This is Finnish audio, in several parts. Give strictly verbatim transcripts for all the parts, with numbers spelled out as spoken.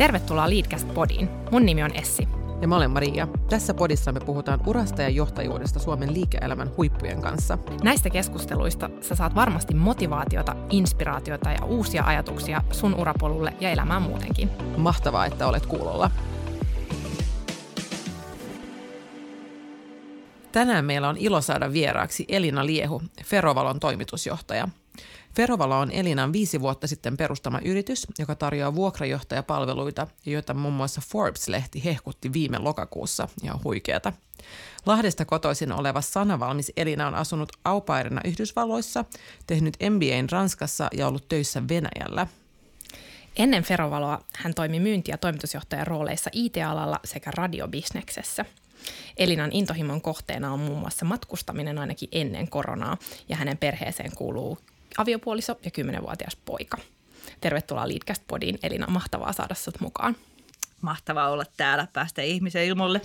Tervetuloa Leadcast-podiin. Mun nimi on Essi. Ja mä olen Maria. Tässä podissa me puhutaan urasta ja johtajuudesta Suomen liike-elämän huippujen kanssa. Näistä keskusteluista sä saat varmasti motivaatiota, inspiraatiota ja uusia ajatuksia sun urapolulle ja elämään muutenkin. Mahtavaa, että olet kuulolla. Tänään meillä on ilo saada vieraaksi Elina Liehu, Ferrovalon toimitusjohtaja. Ferrovalo on Elinan viisi vuotta sitten perustama yritys, joka tarjoaa vuokrajohtajapalveluita, joita muun muassa Forbes-lehti hehkutti viime lokakuussa. Ihan huikeata. Lahdesta kotoisin oleva sanavalmis Elina on asunut au pairina Yhdysvalloissa, tehnyt M B A:n Ranskassa ja ollut töissä Venäjällä. Ennen Ferrovaloa hän toimi myynti- ja toimitusjohtajan rooleissa I T-alalla sekä radiobisneksessä. Elinan intohimon kohteena on muun muassa matkustaminen ainakin ennen koronaa, ja hänen perheeseen kuuluu aviopuoliso ja kymmenvuotias poika. Tervetuloa Leadcast-podiin, Elina. Mahtavaa saada sut mukaan. Mahtavaa olla täällä, päästä ihmisen ilmoille.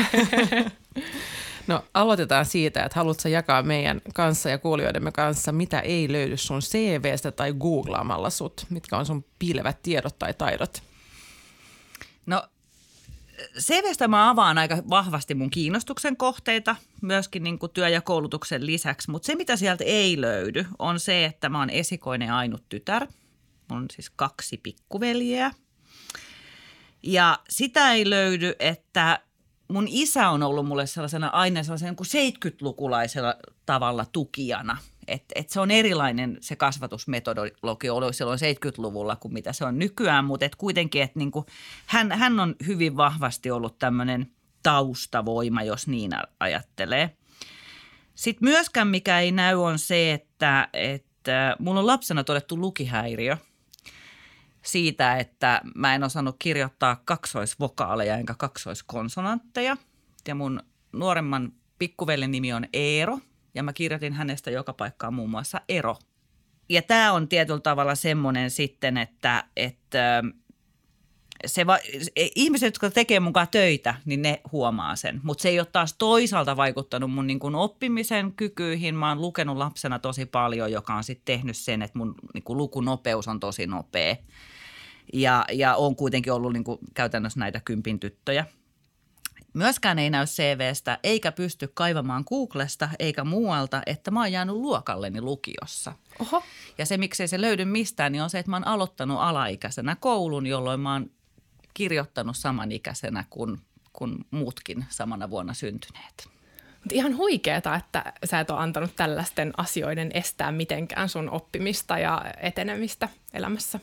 No aloitetaan siitä, että haluatko jakaa meidän kanssa ja kuulijoidemme kanssa, mitä ei löydy sun C V:stä tai googlaamalla sut? Mitkä on sun piilevät tiedot tai taidot? No C V:stä mä avaan aika vahvasti mun kiinnostuksen kohteita, myöskin niin kuin työ- ja koulutuksen lisäksi. Mutta se, mitä sieltä ei löydy, on se, että mä oon esikoinen ainut tytär. Mulla on siis kaksi pikkuveljeä. Ja sitä ei löydy, että mun isä on ollut mulle sellaisena aina sellaisen niin kuin seitsemänkymmentälukulaisella tavalla tukijana. Että et se on erilainen se kasvatusmetodologia oli silloin seitsemänkymmentäluvulla kuin mitä se on nykyään, mutta et kuitenkin, että niinku, hän, hän on hyvin vahvasti ollut tämmöinen taustavoima, jos niin ajattelee. Sitten myöskään mikä ei näy on se, että, että mulla on lapsena todettu lukihäiriö siitä, että mä en osannut kirjoittaa kaksoisvokaaleja enkä kaksoiskonsonantteja. Ja mun nuoremman pikkuvelen nimi on Eero. Ja mä kirjoitin hänestä joka paikkaan muun muassa Ero. Ja tämä on tietyllä tavalla semmoinen sitten, että, että se va- ihmiset, jotka tekee mukaan töitä, niin ne huomaa sen. Mutta se ei ole taas toisaalta vaikuttanut mun niin kun oppimisen kykyihin. Mä oon lukenut lapsena tosi paljon, joka on sitten tehnyt sen, että mun niin kun lukunopeus on tosi nopea. Ja, ja on kuitenkin ollut niin kun käytännössä näitä kympin tyttöjä. Myöskään ei näy C V:stä eikä pysty kaivamaan Googlesta eikä muualta, että mä oon jäänyt luokalleni lukiossa. Oho. Ja se, miksei se löydy mistään, niin on se, että mä oon aloittanut alaikäisenä koulun, jolloin mä oon kirjoittanut samanikäisenä kuin, kuin muutkin samana vuonna syntyneet. Mutta ihan huikeeta, että sä et ole antanut tällaisten asioiden estää mitenkään sun oppimista ja etenemistä elämässä.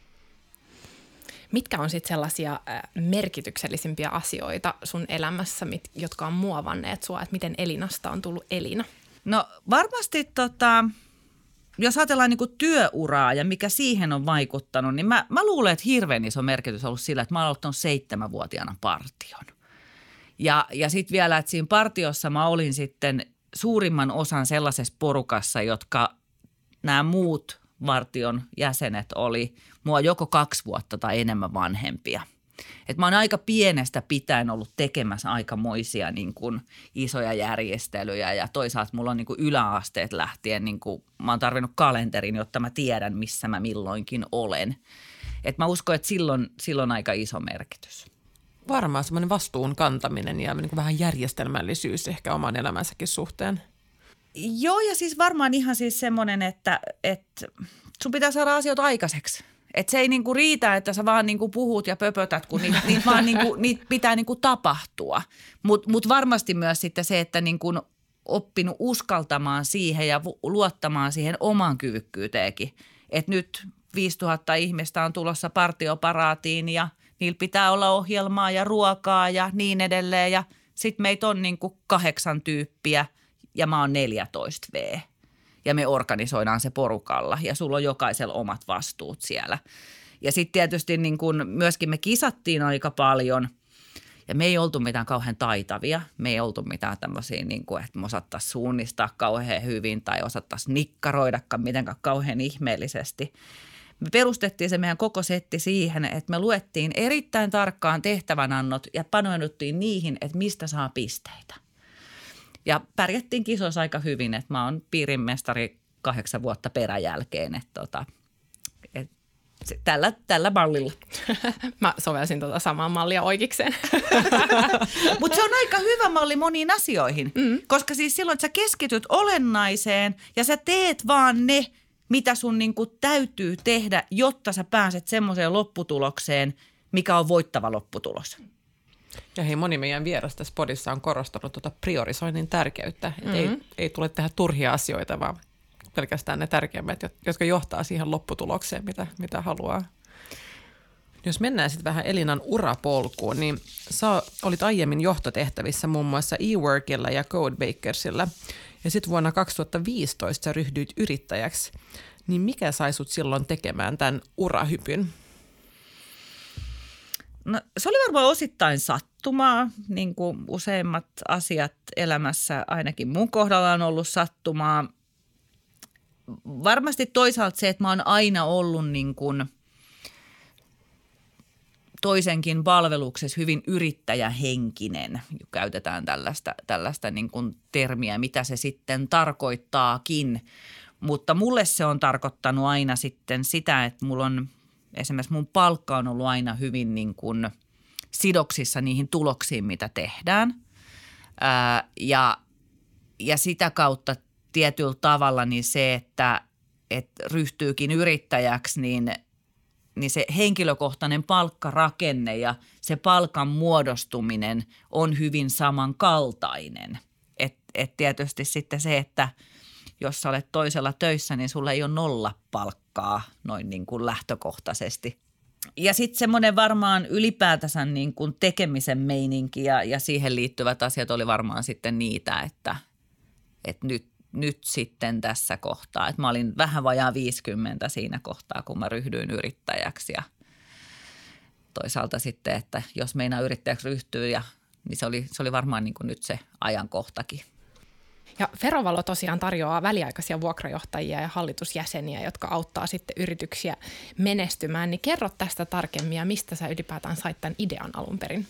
Mitkä on sitten sellaisia merkityksellisimpiä asioita sun elämässä, mit, jotka on muovanneet sua, että miten Elinasta on tullut Elina? No varmasti tota, jos ajatellaan niinku työuraa ja mikä siihen on vaikuttanut, niin mä, mä luulen, että hirveän iso merkitys on ollut sillä, että mä oon aloittanut seitsemänvuotiaana partion. Ja, ja sitten vielä, että siinä partiossa mä olin sitten suurimman osan sellaisessa porukassa, jotka nämä muut vartion jäsenet oli mua joko kaksi vuotta tai enemmän vanhempia. Et mä oon aika pienestä pitäen ollut tekemässä aikamoisia niin kuin isoja järjestelyjä ja toisaalta mulla on niin kuin yläasteet lähtien, niin kuin, mä oon tarvinnut kalenterin, jotta mä tiedän, missä mä milloinkin olen. Et mä uskon, että silloin, silloin aika iso merkitys. Varmaan semmoinen vastuun kantaminen ja niin kuin vähän järjestelmällisyys ehkä oman elämänsäkin suhteen. Joo, ja siis varmaan ihan siis semmoinen, että, että sun pitää saada asioita aikaiseksi. Että se ei niinku riitä, että sä vaan niinku puhut ja pöpötät, kun niitä niit vaan niinku, niit pitää niinku tapahtua. Mutta mut varmasti myös sitten se, että niinku oppinut uskaltamaan siihen ja luottamaan siihen omaan kyvykkyyteenkin. Että nyt viisituhatta ihmistä on tulossa partioparaatiin ja niillä pitää olla ohjelmaa ja ruokaa ja niin edelleen. Ja sitten meitä on niinku kahdeksan tyyppiä. Ja mä oon neljätoista vuotta ja me organisoidaan se porukalla ja sulla on jokaisella omat vastuut siellä. Ja sitten tietysti niin kun myöskin me kisattiin aika paljon ja me ei oltu mitään kauhean taitavia. Me ei oltu mitään tämmöisiä, niin kuin, että me osattaisiin suunnistaa kauhean hyvin tai osattaisiin nikkaroidakaan mitenkään kauhean ihmeellisesti. Me perustettiin se meidän koko setti siihen, että me luettiin erittäin tarkkaan tehtävänannot ja panoiduttiin niihin, että mistä saa pisteitä. Ja pärjättiin kisoissa aika hyvin, että mä oon piirinmestari kahdeksan vuotta peräjälkeen. Että tota, et Tällä, tällä mallilla. Mä sovelsin tuota samaa mallia oikeikseen. Mutta se on aika hyvä malli moniin asioihin, mm. koska siis silloin, että sä keskityt olennaiseen ja sä teet vaan ne, mitä sun niinku täytyy tehdä, jotta sä pääset semmoiseen lopputulokseen, mikä on voittava lopputulos. Ja hei, moni meidän vieras tässä podissa on korostanut tuota priorisoinnin tärkeyttä. Mm-hmm. Ei, ei tule tehdä turhia asioita, vaan pelkästään ne tärkeimmät, jotka johtaa siihen lopputulokseen, mitä, mitä haluaa. Jos mennään sitten vähän Elinan urapolkuun, niin sä olit aiemmin johtotehtävissä muun muassa eWorkilla ja Codebakersilla. Ja sitten vuonna kaksituhattaviisitoista sä ryhdyit yrittäjäksi. Niin mikä sai sut silloin tekemään tämän urahypyn? No, se oli varmaan osittain sattumaa, niin kuin useimmat asiat elämässä, ainakin mun kohdalla on ollut sattumaa. Varmasti toisaalta se, että mä oon aina ollut niin kuin toisenkin palveluksessa hyvin yrittäjähenkinen. Käytetään tällaista, tällaista niin kuin termiä, mitä se sitten tarkoittaakin. Mutta mulle se on tarkoittanut aina sitten sitä, että mulla on esimerkiksi mun palkka on ollut aina hyvin niin kuin sidoksissa niihin tuloksiin, mitä tehdään. Ää, ja, ja sitä kautta tietyllä tavalla niin se, että, että ryhtyykin yrittäjäksi, niin, niin se henkilökohtainen palkkarakenne ja se palkan muodostuminen on hyvin samankaltainen. Et, et tietysti sitten se, että jos sä olet toisella töissä, niin sulla ei ole nolla palkkaa noin niin kuin lähtökohtaisesti. Ja sitten semmoinen varmaan ylipäätänsä niin kuin tekemisen meininki ja, ja siihen liittyvät asiat oli varmaan sitten niitä, että, että nyt, nyt sitten tässä kohtaa. Että mä olin vähän vajaa viisikymmentä siinä kohtaa, kun mä ryhdyin yrittäjäksi ja toisaalta sitten, että jos meinaa yrittäjäksi ryhtyy, ja, niin se oli, se oli varmaan niin kuin nyt se ajankohtakin. Ja Ferovalo tosiaan tarjoaa väliaikaisia vuokrajohtajia ja hallitusjäseniä, jotka auttaa sitten yrityksiä menestymään. Niin kerro tästä tarkemmin ja mistä sä ylipäätään sait tämän idean alun perin?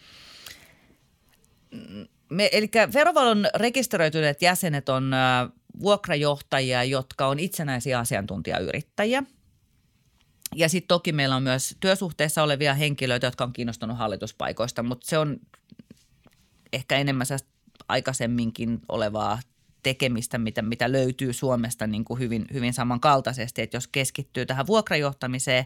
Me, eli Ferovalon rekisteröityneet jäsenet on äh, vuokrajohtajia, jotka on itsenäisiä asiantuntijayrittäjiä. Ja sitten toki meillä on myös työsuhteessa olevia henkilöitä, jotka on kiinnostunut hallituspaikoista, mutta se on ehkä enemmän aikaisemminkin olevaa tekemistä, mitä, mitä löytyy Suomesta niin kuin hyvin, hyvin samankaltaisesti. Että jos keskittyy tähän vuokrajohtamiseen,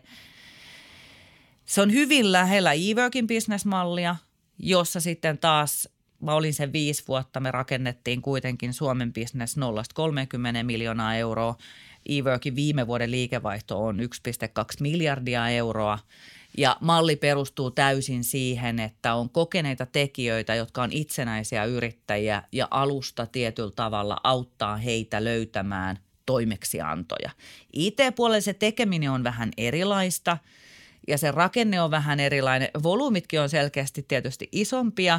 se on hyvin lähellä eWorkin businessmallia, jossa sitten taas, mä olin sen viisi vuotta, me rakennettiin kuitenkin Suomen business nollasta kolmekymmentä miljoonaa euroa. eWorkin viime vuoden liikevaihto on yksi pilkku kaksi miljardia euroa. Ja malli perustuu täysin siihen, että on kokeneita tekijöitä, jotka on itsenäisiä yrittäjiä ja alusta tietyllä tavalla auttaa heitä löytämään toimeksiantoja. I T-puolella se tekeminen on vähän erilaista ja se rakenne on vähän erilainen. Volyymitkin on selkeästi tietysti isompia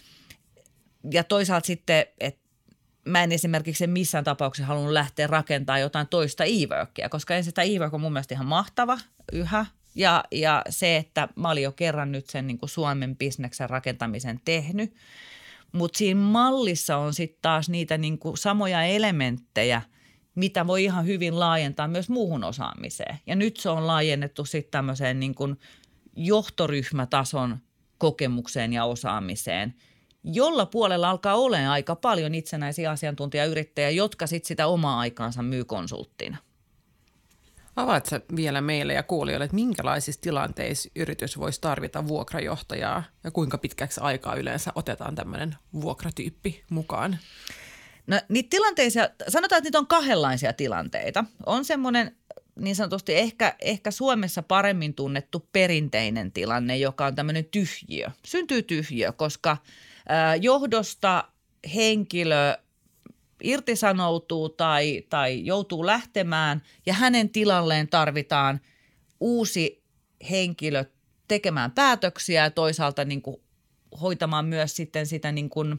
ja toisaalta sitten, että mä en esimerkiksi missään tapauksessa halunnut lähteä rakentamaan jotain toista eWorkia, koska ensin tämä eWork on mun mielestä ihan mahtava yhä. Ja, ja se, että mä olin jo kerran nyt sen niin kuin Suomen bisneksen rakentamisen tehnyt, mutta siinä mallissa on sitten taas niitä niin kuin samoja elementtejä, mitä voi ihan hyvin laajentaa myös muuhun osaamiseen. Ja nyt se on laajennettu sitten tämmöiseen niin kuin johtoryhmätason kokemukseen ja osaamiseen, jolla puolella alkaa olemaan aika paljon itsenäisiä asiantuntijayrittäjiä, jotka sitten sitä omaa aikaansa myy konsulttina. Avaatko vielä meille ja kuulijoille, että minkälaisissa tilanteissa yritys voisi tarvita vuokrajohtajaa ja kuinka pitkäksi aikaa yleensä otetaan tämmöinen vuokratyyppi mukaan? No niitä tilanteisia, sanotaan, että niitä on kahdenlaisia tilanteita. On semmoinen niin sanotusti ehkä, ehkä Suomessa paremmin tunnettu perinteinen tilanne, joka on tämmöinen tyhjiö. Syntyy tyhjiö, koska ää, johdosta henkilö irtisanoutuu tai, tai joutuu lähtemään ja hänen tilalleen tarvitaan uusi henkilö tekemään päätöksiä ja toisaalta niin kuin hoitamaan myös sitten sitä niin kuin,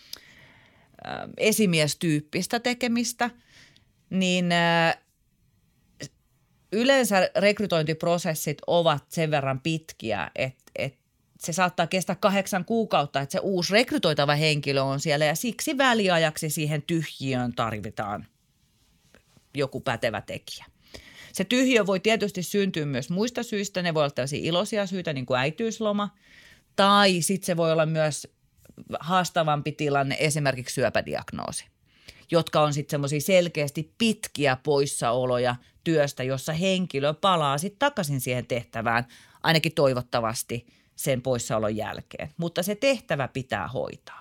ä, esimiestyyppistä tekemistä, niin ä, yleensä rekrytointiprosessit ovat sen verran pitkiä, että, että se saattaa kestää kahdeksan kuukautta, että se uusi rekrytoitava henkilö on siellä ja siksi väliajaksi siihen tyhjiöön tarvitaan joku pätevä tekijä. Se tyhjö voi tietysti syntyä myös muista syistä. Ne voi olla tällaisia iloisia syitä, niin kuin äitiysloma. Tai sitten se voi olla myös haastavampi tilanne, esimerkiksi syöpädiagnoosi, jotka on sitten semmoisia selkeästi pitkiä poissaoloja työstä, jossa henkilö palaa sitten takaisin siihen tehtävään, ainakin toivottavasti sen poissaolon jälkeen. Mutta se tehtävä pitää hoitaa.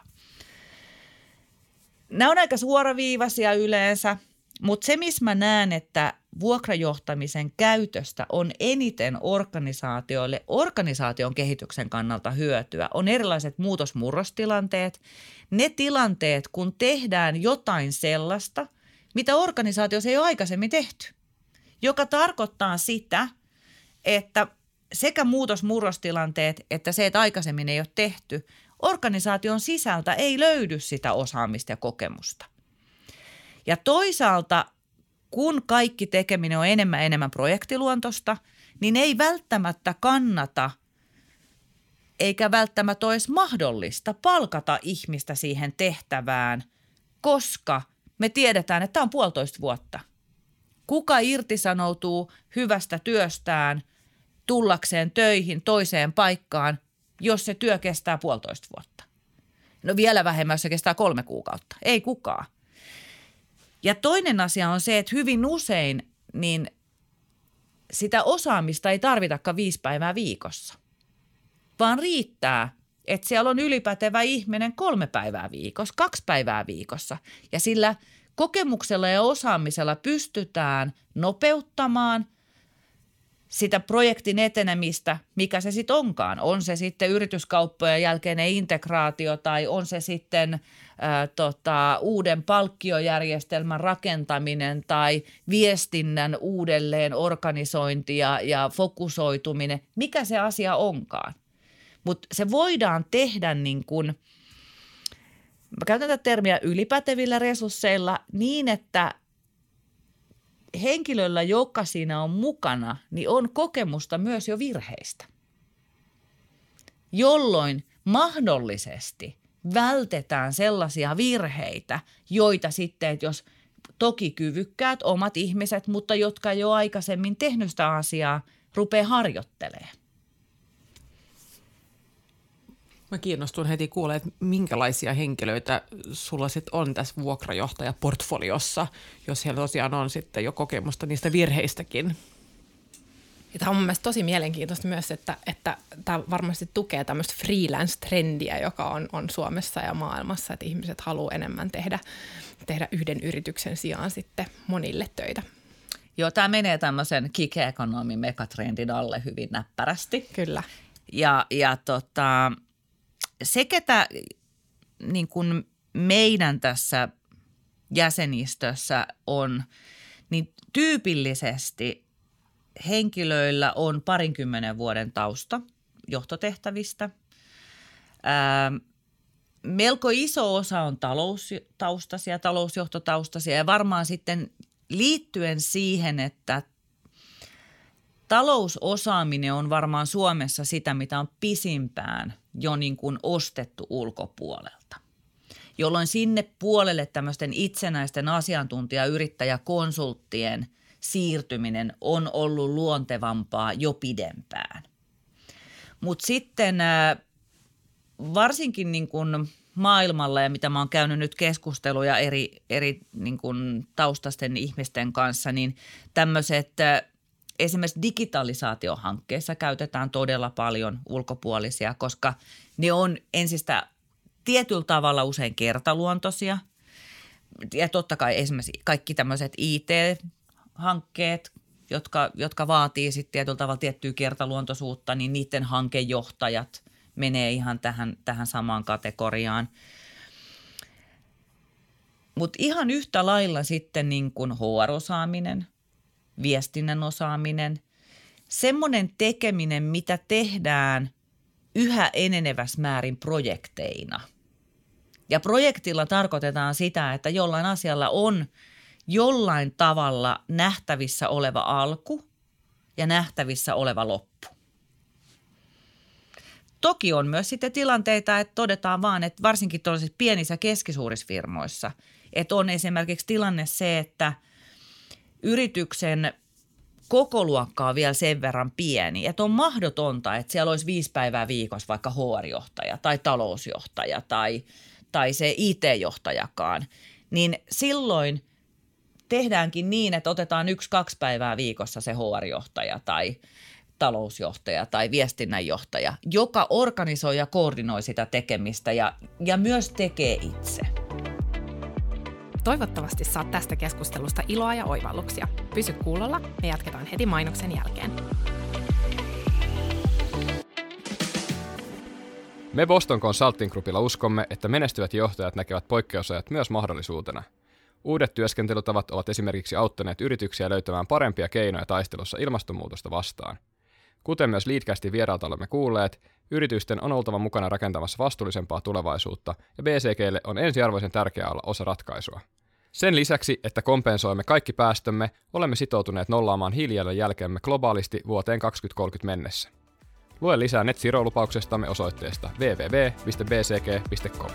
Nämä on aika suoraviivaisia yleensä, mutta se, missä mä näen, että vuokrajohtamisen käytöstä on eniten organisaatioille, organisaation kehityksen kannalta hyötyä, on erilaiset muutosmurrostilanteet. Ne tilanteet, kun tehdään jotain sellaista, mitä organisaatiossa ei ole aikaisemmin tehty, joka tarkoittaa sitä, että sekä muutosmurrostilanteet että se, että aikaisemmin ei ole tehty, organisaation sisältä ei löydy sitä osaamista ja kokemusta. Ja toisaalta, kun kaikki tekeminen on enemmän enemmän projektiluontosta, niin ei välttämättä kannata eikä välttämättä olisi mahdollista palkata ihmistä siihen tehtävään, koska me tiedetään, että tämä on puolitoista vuotta. Kuka irtisanoutuu hyvästä työstään tullakseen töihin toiseen paikkaan, jos se työ kestää puolitoista vuotta? No vielä vähemmän, jos se kestää kolme kuukautta. Ei kukaan. Ja toinen asia on se, että hyvin usein niin sitä osaamista ei tarvitakaan viisi päivää viikossa, vaan riittää, että siellä on ylipätevä ihminen kolme päivää viikossa, kaksi päivää viikossa. Ja sillä kokemuksella ja osaamisella pystytään nopeuttamaan sitä projektin etenemistä, mikä se sitten onkaan. On se sitten yrityskauppojen jälkeinen integraatio tai on se sitten ää, tota, uuden palkkiojärjestelmän rakentaminen tai viestinnän uudelleen organisointi ja, ja fokusoituminen, mikä se asia onkaan. Mutta se voidaan tehdä niin kuin, mä käytän tätä termiä ylipätevillä resursseilla niin, että henkilöllä, joka siinä on mukana, niin on kokemusta myös jo virheistä, jolloin mahdollisesti vältetään sellaisia virheitä, joita sitten, että jos toki kyvykkäät omat ihmiset, mutta jotka ei ole aikaisemmin tehnyt sitä asiaa, rupeaa harjoittelemaan. Mä kiinnostun heti kuulemaan, että minkälaisia henkilöitä sulla sitten on tässä vuokrajohtajaportfoliossa, jos heillä tosiaan on sitten jo kokemusta niistä virheistäkin. Ja tämä on mun mielestä tosi mielenkiintoista myös, että, että tämä varmasti tukee tämmöistä freelance-trendiä, joka on, on Suomessa ja maailmassa, että ihmiset haluaa enemmän tehdä, tehdä yhden yrityksen sijaan sitten monille töitä. Joo, tämä menee tämmöisen gig-ekonomin megatrendin alle hyvin näppärästi. Kyllä. Ja, ja tota, se, ketä niin kuin meidän tässä jäsenistössä on, niin tyypillisesti henkilöillä on parinkymmenen vuoden tausta johtotehtävistä. Ää, melko iso osa on taloustaustaisia, talousjohtotaustaisia ja varmaan sitten liittyen siihen, että talousosaaminen on varmaan Suomessa sitä, mitä on pisimpään jo niin kuin ostettu ulkopuolelta, jolloin sinne puolelle tämmöisten itsenäisten asiantuntija-yrittäjäkonsulttien siirtyminen on ollut luontevampaa jo pidempään. Mutta sitten varsinkin niin kuin maailmalla ja mitä mä oon käynyt nyt keskusteluja eri, eri niin kuin taustaisten ihmisten kanssa, niin tämmöiset esimerkiksi digitalisaatiohankkeissa käytetään todella paljon ulkopuolisia, koska ne on ensistä tietyllä tavalla usein kertaluontoisia. Ja totta kai esimerkiksi kaikki tämmöiset I T-hankkeet, jotka, jotka vaatii sitten tietyllä tavalla tiettyä kertaluontoisuutta, niin niiden hankejohtajat menee ihan tähän, tähän samaan kategoriaan. Mutta ihan yhtä lailla sitten niin kuin H R-osaaminen, viestinnän osaaminen, semmoinen tekeminen, mitä tehdään yhä enenevässä määrin projekteina. Ja projektilla tarkoitetaan sitä, että jollain asialla on jollain tavalla nähtävissä oleva alku ja nähtävissä oleva loppu. Toki on myös sitten tilanteita, että todetaan vaan, että varsinkin tuollaisissa pienissä ja keskisuurissa firmoissa, että on esimerkiksi tilanne se, että yrityksen kokoluokka on vielä sen verran pieni, että on mahdotonta, että siellä olisi viisi päivää viikossa vaikka H R-johtaja tai talousjohtaja tai, tai se I T-johtajakaan, niin silloin tehdäänkin niin, että otetaan yksi, kaksi päivää viikossa se H R-johtaja tai talousjohtaja tai viestinnänjohtaja, joka organisoi ja koordinoi sitä tekemistä ja, ja myös tekee itse. Toivottavasti saat tästä keskustelusta iloa ja oivalluksia. Pysy kuulolla, me jatketaan heti mainoksen jälkeen. Me Boston Consulting Groupilla uskomme, että menestyvät johtajat näkevät poikkeusajat myös mahdollisuutena. Uudet työskentelytavat ovat esimerkiksi auttaneet yrityksiä löytämään parempia keinoja taistelussa ilmastonmuutosta vastaan. Kuten myös Leadcastin vierailta olemme kuulleet, yritysten on oltava mukana rakentamassa vastuullisempaa tulevaisuutta ja B C G:lle on ensiarvoisen tärkeää olla osa ratkaisua. Sen lisäksi, että kompensoimme kaikki päästömme, olemme sitoutuneet nollaamaan hiilijalanjälkemme globaalisti vuoteen kaksituhattakolmekymmentä mennessä. Lue lisää Net Zero-lupauksestamme osoitteesta double-u double-u double-u piste b c g piste com.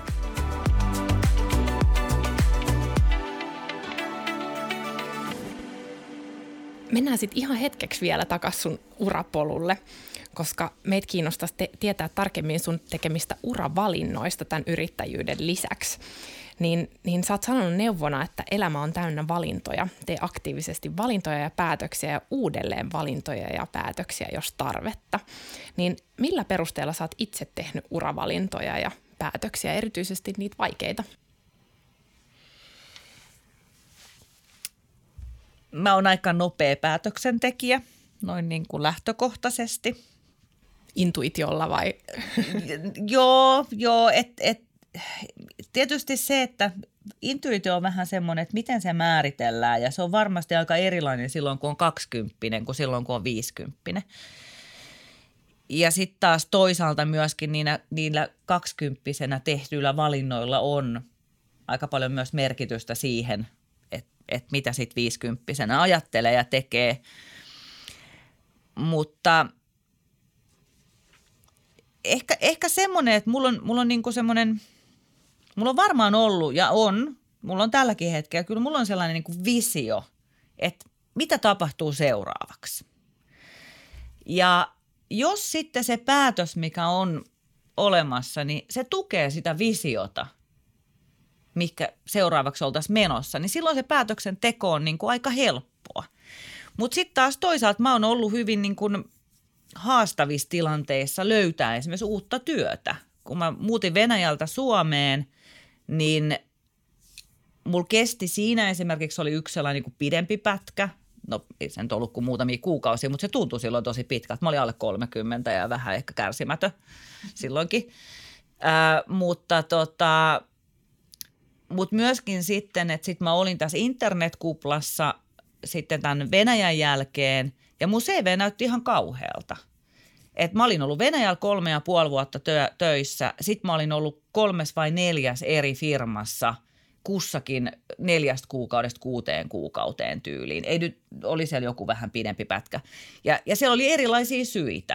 Mennään sitten ihan hetkeksi vielä takaisin sun urapolulle, koska meitä kiinnostaisi te- tietää tarkemmin sun tekemistä uravalinnoista tämän yrittäjyyden lisäksi. Niin, niin sä oot sanonut neuvona, että elämä on täynnä valintoja. Tee aktiivisesti valintoja ja päätöksiä ja uudelleen valintoja ja päätöksiä, jos tarvetta. Niin millä perusteella sä oot itse tehnyt uravalintoja ja päätöksiä, erityisesti niitä vaikeita? Mä oon aika nopea päätöksentekijä, noin niin kuin lähtökohtaisesti. Intuitiolla vai? joo, joo et, et, tietysti se, että intuitio on vähän semmoinen, että miten se määritellään ja se on varmasti aika erilainen silloin, kun on kaksikymppinen kuin silloin, kun on viisikymppinen. Ja sitten taas toisaalta myöskin niillä, niillä kaksikymppisenä tehtyillä valinnoilla on aika paljon myös merkitystä siihen, että mitä sitten viisikymppisenä ajattelee ja tekee. Mutta ehkä, ehkä semmoinen, että mulla on, mulla on niinku semmoinen, mulla on varmaan ollut ja on, mulla on tälläkin hetkellä, kyllä mulla on sellainen niinku visio, että mitä tapahtuu seuraavaksi. Ja jos sitten se päätös, mikä on olemassa, niin se tukee sitä visiota, mikä seuraavaksi oltaisiin menossa, niin silloin se päätöksenteko on niin kuin aika helppoa. Mutta sitten taas toisaalta mä oon ollut hyvin niin kuin haastavissa tilanteissa löytää esimerkiksi uutta työtä. Kun mä muutin Venäjältä Suomeen, niin mulla kesti siinä esimerkiksi oli yksi sellainen niin kuin pidempi pätkä. No ei se nyt ollut kuin muutamia kuukausia, mutta se tuntui silloin tosi pitkältä. Mä olin alle kolmekymmentä ja vähän ehkä kärsimätön silloinkin. Äh, mutta tota... Mutta myöskin sitten, että sitten mä olin tässä internetkuplassa sitten tämän Venäjän jälkeen ja mun C V näytti ihan kauhealta. Et mä olin ollut Venäjällä kolme ja puoli vuotta tö- töissä, sitten mä olin ollut kolmes vai neljäs eri firmassa kussakin neljästä kuukaudesta kuuteen kuukauteen tyyliin. Ei nyt, oli siellä joku vähän pidempi pätkä ja, ja siellä oli erilaisia syitä.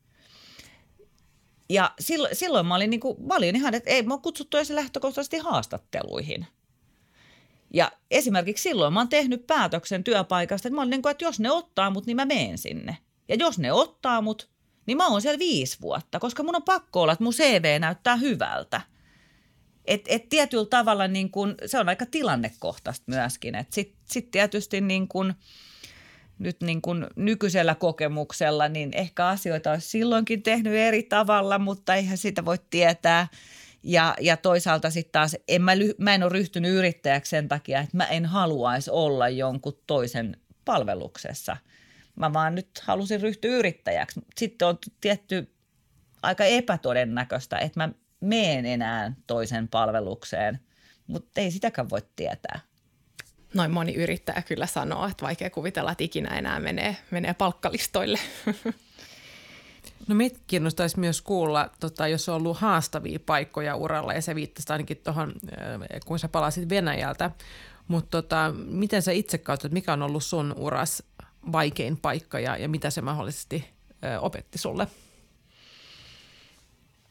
Ja silloin, silloin mä olin, niin kuin, mä olin ihan, että ei mä oon kutsuttu edes lähtökohtaisesti haastatteluihin. Ja esimerkiksi silloin mä oon tehnyt päätöksen työpaikasta, että mä olin niin kuin, että jos ne ottaa mut, niin mä menen sinne. Ja jos ne ottaa mut, niin mä oon siellä viisi vuotta, koska mun on pakko olla, että mun C V näyttää hyvältä. Että et tietyllä tavalla niin kuin, se on aika tilannekohtaista myöskin. Että sit, sit tietysti niin kuin, nyt niin kuin nykyisellä kokemuksella, niin ehkä asioita olisi silloinkin tehnyt eri tavalla, mutta eihän sitä voi tietää. Ja, ja toisaalta sitten taas en mä, mä en ole ryhtynyt yrittäjäksi sen takia, että mä en haluaisi olla jonkun toisen palveluksessa. Mä vaan nyt halusin ryhtyä yrittäjäksi. Sitten on tietty aika epätodennäköistä, että mä meen enää toisen palvelukseen, mutta ei sitäkään voi tietää. Noin moni yrittäjä kyllä sanoo, että vaikea kuvitella, että ikinä enää menee, menee palkkalistoille. No meitä kiinnostaisi myös kuulla, tota, jos on ollut haastavia paikkoja uralla ja sä viittasit ainakin tuohon, kun sä palasit Venäjältä. Mutta tota, miten sä itse katsot, mikä on ollut sun uras vaikein paikka ja, ja mitä se mahdollisesti ö, opetti sulle?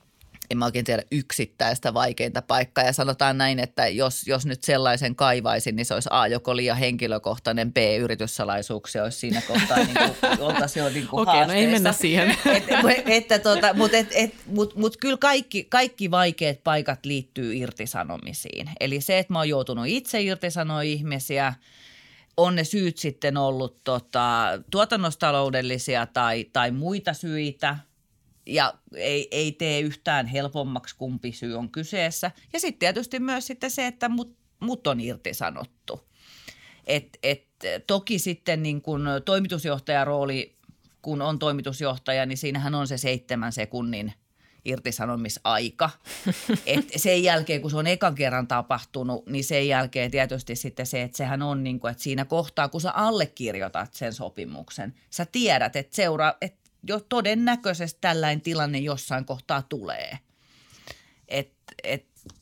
en mä oikein tiedä yksittäistä vaikeinta paikkaa. Ja sanotaan näin, että jos, jos nyt sellaisen kaivaisin, niin se olisi A, joko liian henkilökohtainen, B, yrityssalaisuuksia olisi siinä kohtaa, niin kuin, oltaisiin jo niin kuin Okei, no ei mennä siihen. Et, että tota, Mutta et, et, mut, mut kyllä kaikki, kaikki vaikeat paikat liittyy irtisanomisiin. Eli se, että mä oon joutunut itse irtisanoa ihmisiä, on ne syyt sitten ollut tota, tuotannostaloudellisia tai, tai muita syitä. Ja ei, ei tee yhtään helpommaksi, kumpi syy on kyseessä. Ja sitten tietysti myös sitten se, että mut, mut on irtisanottu. Et, et, toki sitten niin kun toimitusjohtajan rooli, kun on toimitusjohtaja, niin siinähän on se seitsemän sekunnin irtisanomisaika. Et sen jälkeen, kun se on ekan kerran tapahtunut, niin sen jälkeen tietysti sitten se, että sehän on niin kuin, että siinä kohtaa, kun sä allekirjoitat sen sopimuksen, sä tiedät, että seuraa, että jo todennäköisesti tällainen tilanne jossain kohtaa tulee. Et, et,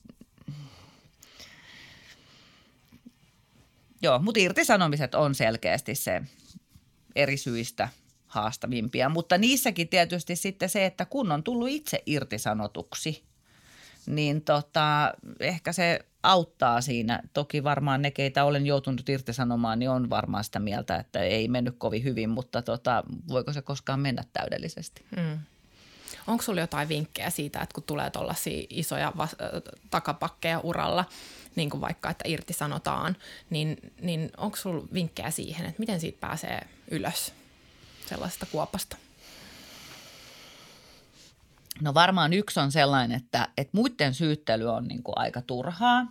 joo, mutta irtisanomiset on selkeästi se eri syistä haastavimpia, mutta niissäkin tietysti sitten se, että kun on tullut itse irtisanotuksi, niin tota, ehkä se auttaa siinä. Toki varmaan ne, keitä olen joutunut irtisanomaan, niin on varmaan sitä mieltä, että ei mennyt kovin hyvin, mutta tota, voiko se koskaan mennä täydellisesti? Mm. Onko sulla jotain vinkkejä siitä, että kun tulee tuollaisia isoja vas- takapakkeja uralla, niin kuin vaikka, että irtisanotaan, niin, niin onko sulla vinkkejä siihen, että miten siitä pääsee ylös sellaisesta kuopasta? No varmaan yksi on sellainen, että, että muiden syyttely on niin kuin aika turhaa.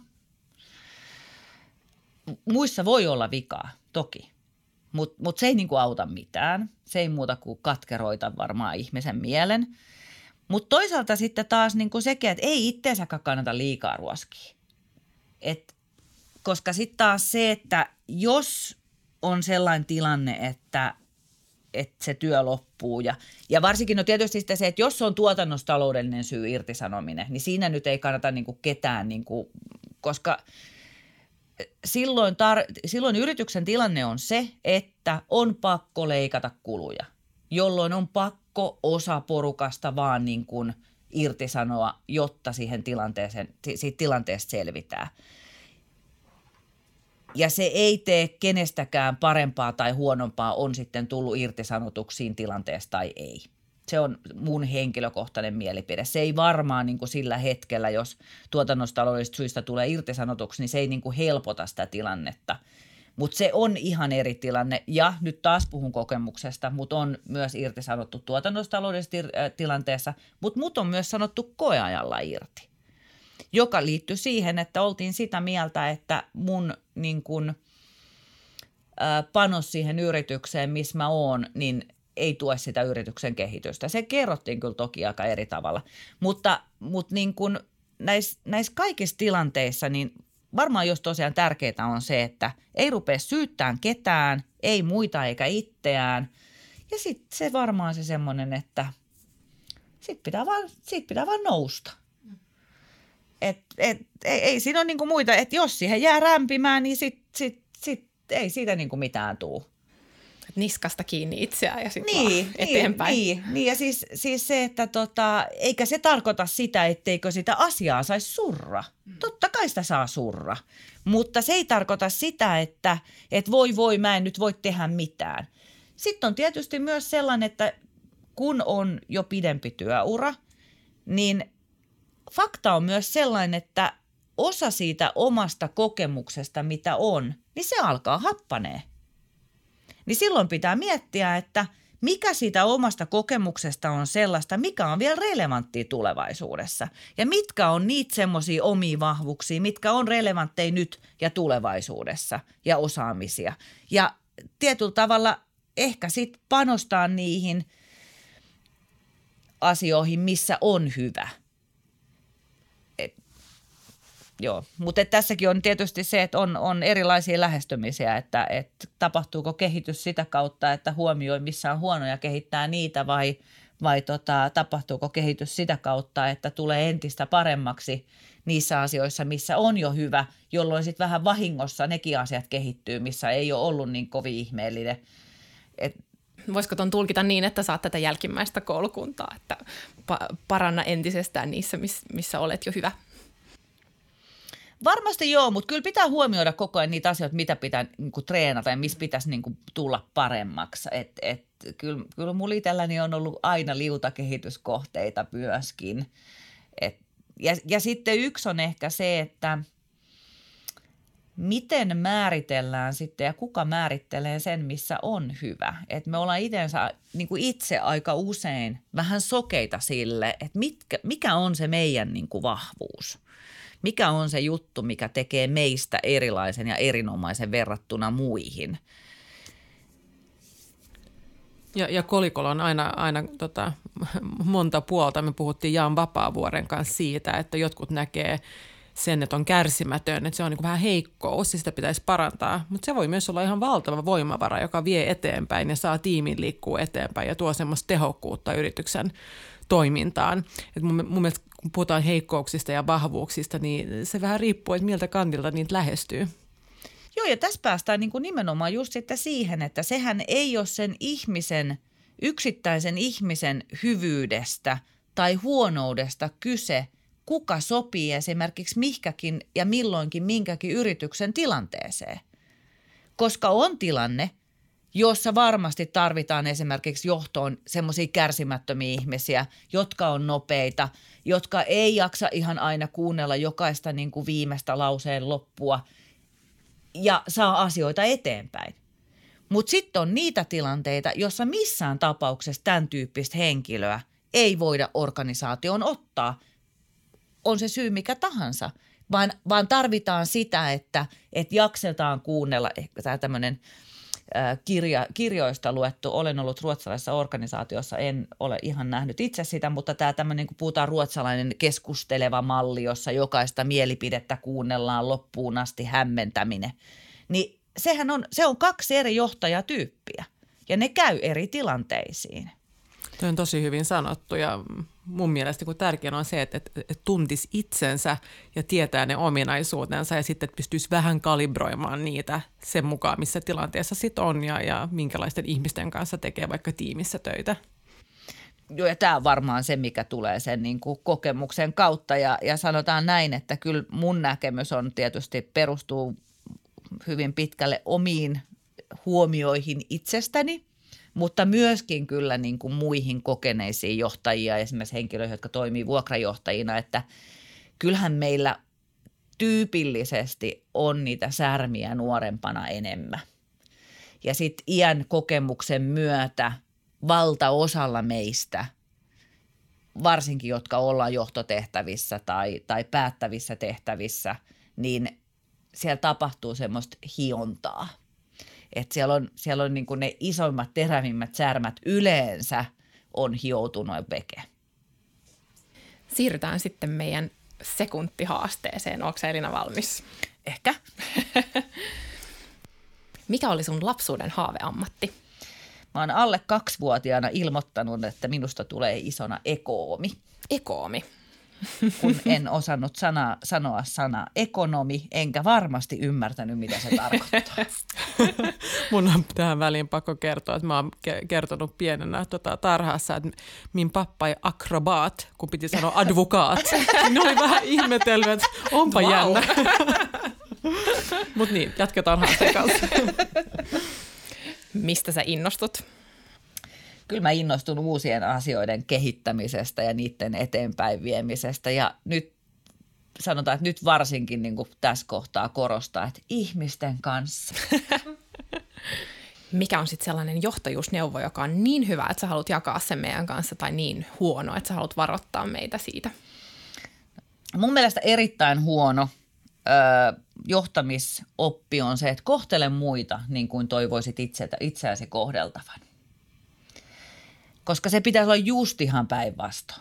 Muissa voi olla vikaa, toki, mutta mut se ei niin kuin auta mitään. Se ei muuta kuin katkeroita varmaan ihmisen mielen. Mutta toisaalta sitten taas niin kuin sekin, että ei itseänsäkään kannata liikaa ruoskia. Et, koska sitten taas se, että jos on sellainen tilanne, että että se työ loppuu. Ja, ja varsinkin no tietysti sitten se, että jos on tuotannostaloudellinen syy irtisanominen, niin siinä nyt ei kannata niin kuin ketään, niin kuin, koska silloin, tar- silloin yrityksen tilanne on se, että on pakko leikata kuluja, jolloin on pakko osa porukasta vaan niin kuin irtisanoa, jotta siihen tilanteeseen, siitä tilanteesta selvitään. Ja se ei tee kenestäkään parempaa tai huonompaa, on sitten tullut irtisanotuksiin tilanteesta tai ei. Se on mun henkilökohtainen mielipide. Se ei varmaan niin kuin sillä hetkellä, jos tuotannostaloudellisista syistä tulee irtisanotuksi, niin se ei niin kuin helpota sitä tilannetta. Mutta se on ihan eri tilanne. Ja nyt taas puhun kokemuksesta, mutta on myös irtisanottu tuotannostaloudellisessa tilanteessa, mutta mut on myös sanottu koeajalla irti, joka liittyy siihen, että oltiin sitä mieltä, että mun niin kun, ää, panos siihen yritykseen, missä mä oon, niin ei tue sitä yrityksen kehitystä. Se kerrottiin kyllä toki aika eri tavalla, mutta, mutta niin kun näissä, näissä kaikissa tilanteissa niin varmaan jos tosiaan tärkeää on se, että ei rupea syyttämään ketään, ei muita eikä itseään. Ja sitten se varmaan se semmoinen, että sit pitää vaan, siitä pitää vaan nousta. Et, et, ei, ei siinä ole niinku muita, että jos siihen jää rämpimään, niin sit, sit, sit, ei siitä niinku mitään tule. Niskasta kiinni itseään ja sitten niin, vaan eteenpäin. Niin, niin ja siis, siis se, että tota, eikä se tarkoita sitä, etteikö sitä asiaa saisi surra. Mm. Totta kai sitä saa surra, mutta se ei tarkoita sitä, että et voi voi mä en nyt voi tehdä mitään. Sitten on tietysti myös sellainen, että kun on jo pidempi työura, niin fakta on myös sellainen, että osa siitä omasta kokemuksesta, mitä on, niin se alkaa happanee. Niin silloin pitää miettiä, että mikä siitä omasta kokemuksesta on sellaista, mikä on vielä relevanttia tulevaisuudessa. Ja mitkä on niitä semmoisia omia vahvuuksia, mitkä on relevantteja nyt ja tulevaisuudessa ja osaamisia. Ja tietyllä tavalla ehkä sitten panostaa niihin asioihin, missä on hyvä. Joo, mutta tässäkin on tietysti se, että on, on erilaisia lähestymisiä, että, että tapahtuuko kehitys sitä kautta, että huomioi missä on huonoja, kehittää niitä vai, vai tota, tapahtuuko kehitys sitä kautta, että tulee entistä paremmaksi niissä asioissa, missä on jo hyvä, jolloin sitten vähän vahingossa nekin asiat kehittyy, missä ei ole ollut niin kovin ihmeellinen. Et, voisiko ton tulkita niin, että saat tätä jälkimmäistä koulukuntaa, että pa- paranna entisestään niissä, missä olet jo hyvä? Varmasti joo, mutta kyllä pitää huomioida koko ajan niitä asioita, mitä pitää niin kuin treenata ja missä pitäisi niin kuin tulla paremmaksi. Et, et, kyllä, kyllä mulla itselläni on ollut aina liutakehityskohteita myöskin. Et, ja, ja sitten yksi on ehkä se, että miten määritellään sitten ja kuka määrittelee sen, missä on hyvä. Et me ollaan itensä, niin kuin itse aika usein vähän sokeita sille, että mitkä, mikä on se meidän niin kuin vahvuus. Mikä on se juttu, mikä tekee meistä erilaisen ja erinomaisen verrattuna muihin? Ja, ja kolikolla on aina, aina tota, monta puolta. Me puhuttiin Jaan Vapaavuoren kanssa siitä, että jotkut näkee sen, että on kärsimätön, että se on niin kuin vähän heikkous ja sitä pitäisi parantaa. Mutta se voi myös olla ihan valtava voimavara, joka vie eteenpäin ja saa tiimin liikkua eteenpäin ja tuo semmoista tehokkuutta yrityksen toimintaan. Et mun, mun mielestä kun puhutaan heikkouksista ja vahvuuksista, niin se vähän riippuu, että miltä kantilta niitä lähestyy. Joo, ja tässä päästään niin kuin nimenomaan just sitten siihen, että sehän ei ole sen ihmisen, yksittäisen ihmisen hyvyydestä tai huonoudesta kyse, kuka sopii esimerkiksi mihkäkin ja milloinkin minkäkin yrityksen tilanteeseen. Koska on tilanne, jossa varmasti tarvitaan esimerkiksi johtoon semmoisia kärsimättömiä ihmisiä, jotka on nopeita, jotka ei jaksa ihan aina kuunnella jokaista niin kuin viimeistä lauseen loppua ja saa asioita eteenpäin. Mutta sitten on niitä tilanteita, jossa missään tapauksessa tämän tyyppistä henkilöä ei voida organisaatioon ottaa, on se syy mikä tahansa, vaan, vaan tarvitaan sitä, että, että jaksetaan kuunnella, ehkä tämä tämmöinen Kirja, kirjoista luettu. Olen ollut ruotsalaisessa organisaatiossa, en ole ihan nähnyt itse sitä, mutta tämä tämmöinen, kun puhutaan ruotsalainen keskusteleva malli, jossa jokaista mielipidettä kuunnellaan loppuun asti hämmentäminen, niin sehän on, se on kaksi eri johtajatyyppiä ja ne käy eri tilanteisiin. Tuo on tosi hyvin sanottu ja mun mielestä kun tärkeää on se, että, että, että tuntisi itsensä ja tietää ne ominaisuutensa ja sitten että pystyisi vähän kalibroimaan niitä sen mukaan, missä tilanteessa sit on ja, ja minkälaisten ihmisten kanssa tekee vaikka tiimissä töitä. Joo, ja tämä on varmaan se, mikä tulee sen niin kuin kokemuksen kautta ja, ja sanotaan näin, että kyllä mun näkemys on tietysti perustuu hyvin pitkälle omiin huomioihin itsestäni, mutta myöskin kyllä niin kuin muihin kokeneisiin johtajia, esimerkiksi henkilöihin, jotka toimii vuokrajohtajina, että kyllähän meillä tyypillisesti on niitä särmiä nuorempana enemmän. Ja sitten iän kokemuksen myötä valtaosalla meistä, varsinkin jotka ollaan johtotehtävissä tai, tai päättävissä tehtävissä, niin siellä tapahtuu semmoista hiontaa. Että siellä on, siellä on niin kuin ne isoimmat, terävimmät särmät yleensä on hioutunut veke. Siirrytään sitten meidän sekuntihaasteeseen. Oletko sä, Elina, valmis? Ehkä. Mikä oli sun lapsuuden haaveammatti? Mä oon alle kaksivuotiaana ilmoittanut, että minusta tulee isona ekoomi. Ekoomi. Kun en osannut sana, sanoa sanaa ekonomi, enkä varmasti ymmärtänyt, mitä se tarkoittaa. Mun on tähän väliin pakko kertoa, että mä oon kertonut pienenä tota, tarhassa, että min pappa ei akrobaat, kun piti sanoa advokaat. Ne oli vähän ihmetellyt, että onpa wow. jännä. Mutta niin, jatketaan haasteen kanssa. Mistä sä innostut? Kyllä mä innostun uusien asioiden kehittämisestä ja niiden eteenpäin viemisestä ja nyt sanotaan, että nyt varsinkin niin kuin tässä kohtaa korostaa, että ihmisten kanssa. Mikä on sitten sellainen johtajuusneuvo, joka on niin hyvä, että sä haluat jakaa sen meidän kanssa tai niin huono, että sä haluat varoittaa meitä siitä? Mun mielestä erittäin huono ö, johtamisoppi on se, että kohtele muita niin kuin toivoisit itse, itseäsi kohdeltavan. Koska se pitäisi olla just ihan päinvastoin.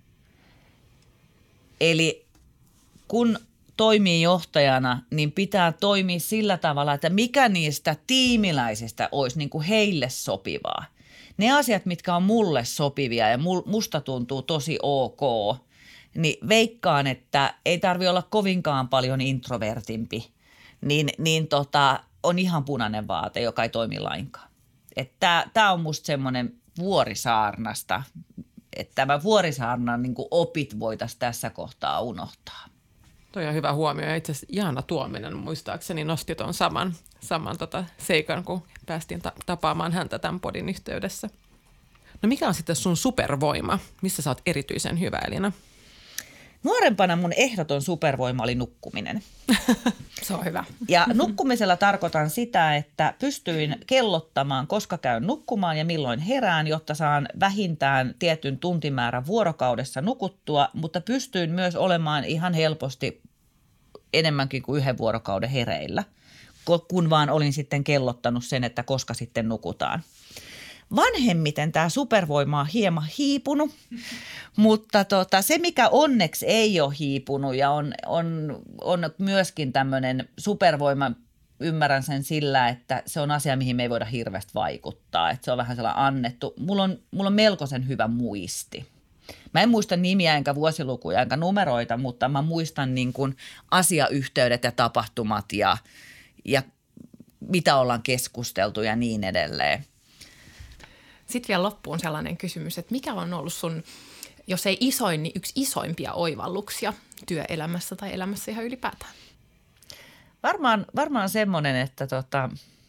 Eli kun toimii johtajana, niin pitää toimia sillä tavalla, että mikä niistä tiimiläisistä olisi niin kuin heille sopivaa. Ne asiat, mitkä on mulle sopivia ja musta tuntuu tosi ok, niin veikkaan, että ei tarvitse olla kovinkaan paljon introvertimpi, niin, niin tota, on ihan punainen vaate, joka ei toimi lainkaan. Tämä on musta semmoinen vuorisaarnasta, että tämä vuorisaarnan niin kuin opit voitaisiin tässä kohtaa unohtaa. Toi on hyvä huomio. Ja itse asiassa Jaana Tuominen muistaakseni nosti tuon saman, saman tota seikan, kun päästiin ta- tapaamaan häntä tämän podin yhteydessä. No mikä on sitten sun supervoima? Missä sä oot erityisen hyvä, Elina? Nuorempana mun ehdoton supervoima oli nukkuminen. Se on hyvä. Ja nukkumisella tarkoitan sitä, että pystyin kellottamaan, koska käyn nukkumaan ja milloin herään, jotta saan vähintään tietyn tuntimäärän vuorokaudessa nukuttua, mutta pystyin myös olemaan ihan helposti enemmänkin kuin yhden vuorokauden hereillä, kun vaan olin sitten kellottanut sen, että koska sitten nukutaan. Vanhemmiten tämä supervoima on hieman hiipunut, mutta tota, se mikä onneksi ei ole hiipunut ja on, on, on myöskin tämmöinen supervoima, ymmärrän sen sillä, että se on asia, mihin me ei voida hirveästi vaikuttaa, että se on vähän sellainen annettu. Mulla on, mulla on melkoisen hyvä muisti. Mä en muista nimiä enkä vuosilukuja enkä numeroita, mutta mä muistan niin kuin asiayhteydet ja tapahtumat ja, ja mitä ollaan keskusteltu ja niin edelleen. Sitten vielä loppuun sellainen kysymys, että mikä on ollut sun, jos ei isoin, niin yksi isoimpia oivalluksia työelämässä tai elämässä ihan ylipäätään? Varmaan, varmaan semmoinen, että tota,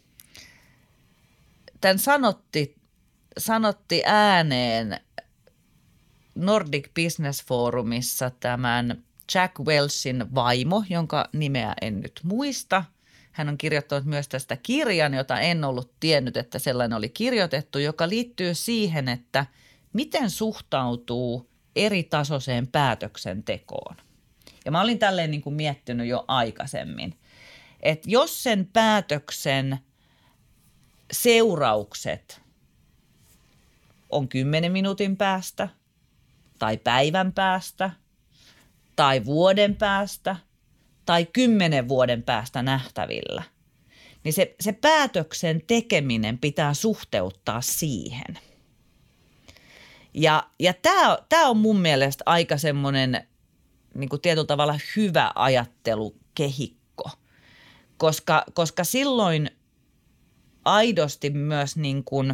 tämän sanotti, sanotti ääneen Nordic Business Forumissa tämän Jack Welchin vaimo, jonka nimeä en nyt muista. Hän on kirjoittanut myös tästä kirjan, jota en ollut tiennyt, että sellainen oli kirjoitettu, joka liittyy siihen, että miten suhtautuu eri tasoiseen päätöksentekoon. Ja mä olin tälleen niin kuin miettinyt jo aikaisemmin, että jos sen päätöksen seuraukset on kymmenen minuutin päästä tai päivän päästä tai vuoden päästä tai kymmenen vuoden päästä nähtävillä, niin se, se päätöksen tekeminen pitää suhteuttaa siihen. Ja, ja tämä, tämä on mun mielestä aika semmoinen niin kuin tietyllä tavalla hyvä ajattelukehikko, koska, koska silloin aidosti myös niin kuin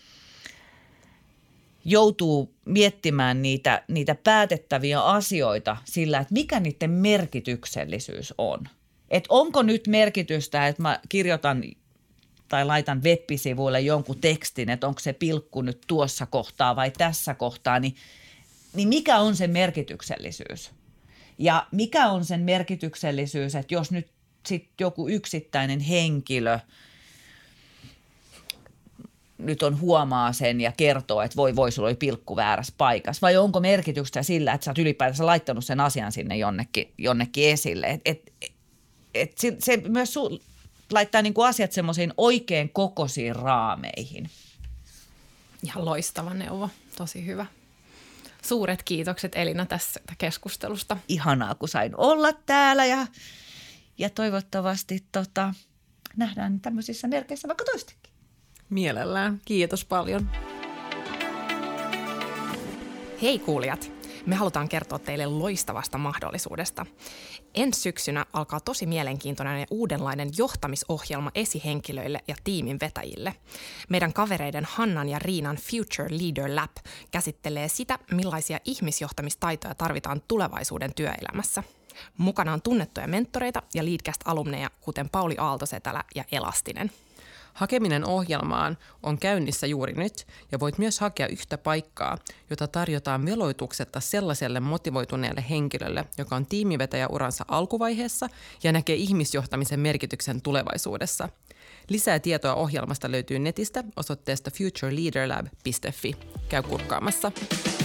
joutuu miettimään niitä, niitä päätettäviä asioita sillä, että mikä niiden merkityksellisyys on. Että onko nyt merkitystä, että mä kirjoitan tai laitan web-sivuille jonkun tekstin, että onko se pilkku nyt tuossa kohtaa vai tässä kohtaa, niin, niin mikä on se merkityksellisyys? Ja mikä on sen merkityksellisyys, että jos nyt sit joku yksittäinen henkilö nyt on huomaa sen ja kertoo, että voi voi, sulla oli pilkku väärässä paikassa. Vai onko merkitystä sillä, että sä oot ylipäätänsä laittanut sen asian sinne jonnekin, jonnekin esille. Et, et, et se, se myös su, laittaa niinku asiat semmoisiin oikein kokoisiin raameihin. Ihan loistava neuvo, tosi hyvä. Suuret kiitokset Elina tästä keskustelusta. Ihanaa, kun sain olla täällä ja, ja toivottavasti tota, nähdään tämmöisissä merkeissä vaikka toistakin. Mielellään. Kiitos paljon. Hei kuulijat, me halutaan kertoa teille loistavasta mahdollisuudesta. Ensi syksynä alkaa tosi mielenkiintoinen ja uudenlainen johtamisohjelma esihenkilöille ja tiimin vetäjille. Meidän kavereiden Hannan ja Riinan Future Leader Lab käsittelee sitä, millaisia ihmisjohtamistaitoja tarvitaan tulevaisuuden työelämässä. Mukana on tunnettuja mentoreita ja Leadcast-alumneja, kuten Pauli Aaltosetälä ja Elastinen. Hakeminen ohjelmaan on käynnissä juuri nyt ja voit myös hakea yhtä paikkaa, jota tarjotaan veloituksetta sellaiselle motivoituneelle henkilölle, joka on tiimivetäjä uransa alkuvaiheessa ja näkee ihmisjohtamisen merkityksen tulevaisuudessa. Lisää tietoa ohjelmasta löytyy netistä osoitteesta future leader lab piste fi. Käy kurkkaamassa.